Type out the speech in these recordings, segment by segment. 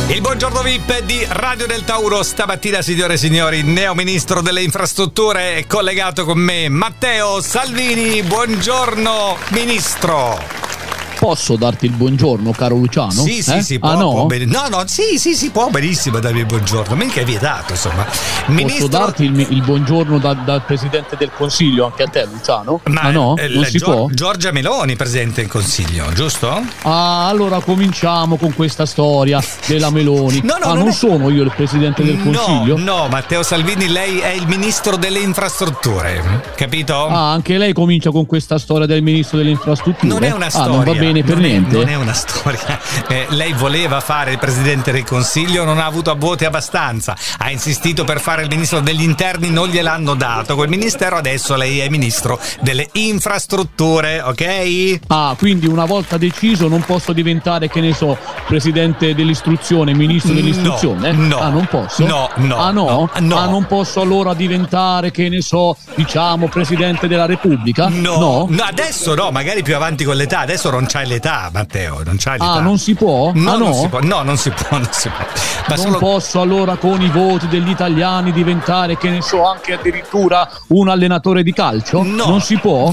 Il buongiorno VIP di Radio del Tauro stamattina, signore e signori, neo ministro delle infrastrutture, è collegato con me Matteo Salvini. Buongiorno ministro. Posso darti il buongiorno, caro Luciano? Sì, può, no? Sì, può benissimo darmi il buongiorno, mica è vietato, insomma. Posso darti il buongiorno dal Presidente del Consiglio anche a te, Luciano? Ma no? Non si può? Giorgia Meloni, Presidente del Consiglio, giusto? Allora cominciamo con questa storia della Meloni. Non sono io il Presidente del Consiglio? No, Matteo Salvini, lei è il Ministro delle Infrastrutture, capito? Anche lei comincia con questa storia del Ministro delle Infrastrutture? Non è una storia. Non va bene per niente? Non è una storia. Lei voleva fare il Presidente del Consiglio, non ha avuto voti abbastanza. Ha insistito per fare il Ministro degli Interni, non gliel'hanno dato quel ministero, adesso lei è Ministro delle Infrastrutture, ok? Quindi una volta deciso non posso diventare, che ne so, Presidente dell'Istruzione, Ministro dell'Istruzione? No. Non posso? No. Non posso allora diventare, che ne so, diciamo, Presidente della Repubblica? No, adesso no, magari più avanti con l'età, adesso non c'hai l'età, Matteo, non c'hai l'età. Non si può? Non si può. No, non si può. Ma non posso allora con i voti degli italiani diventare, che ne so, anche addirittura un allenatore di calcio? No. Non si può?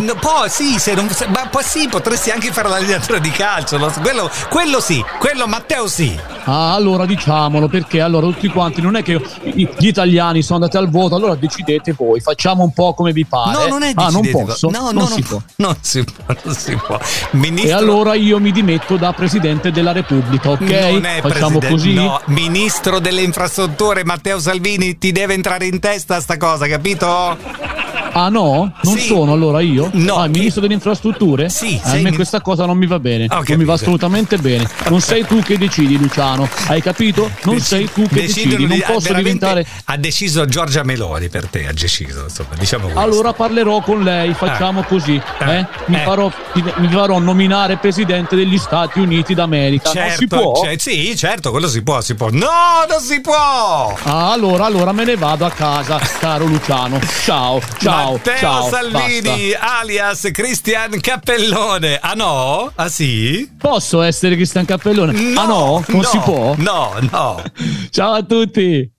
Potresti anche fare l'allenatore di calcio, quello sì, quello Matteo sì. Allora diciamolo, perché allora tutti quanti, non è che gli italiani sono andati al voto, allora decidete voi, facciamo un po' come vi pare. No, non è decidete. Non posso? Non si può. Non si può. Ministro... E allora io mi dimetto da Presidente della Repubblica, ok? Non è facciamo così? No, Ministro delle Infrastrutture Matteo Salvini, ti deve entrare in testa sta cosa, capito? No? Non sono allora io? No. Il Ministro delle Infrastrutture? Sì. A me questa cosa non mi va bene. Non mi va assolutamente bene. Non sei tu che decidi, Luciano. Hai capito? Non sei tu che decidi. Non posso diventare... Ha deciso Giorgia Meloni per te, ha deciso, insomma, diciamo questo. Allora parlerò con lei, facciamo così. Mi farò nominare Presidente degli Stati Uniti d'America. Certo, non si può? Sì, certo, quello si può. No, non si può! Allora me ne vado a casa, caro Luciano. Ciao. Matteo Salvini, basta. alias Cristian Cappellone. No? Sì? Posso essere Cristian Cappellone? No? Non si può? No. Ciao a tutti.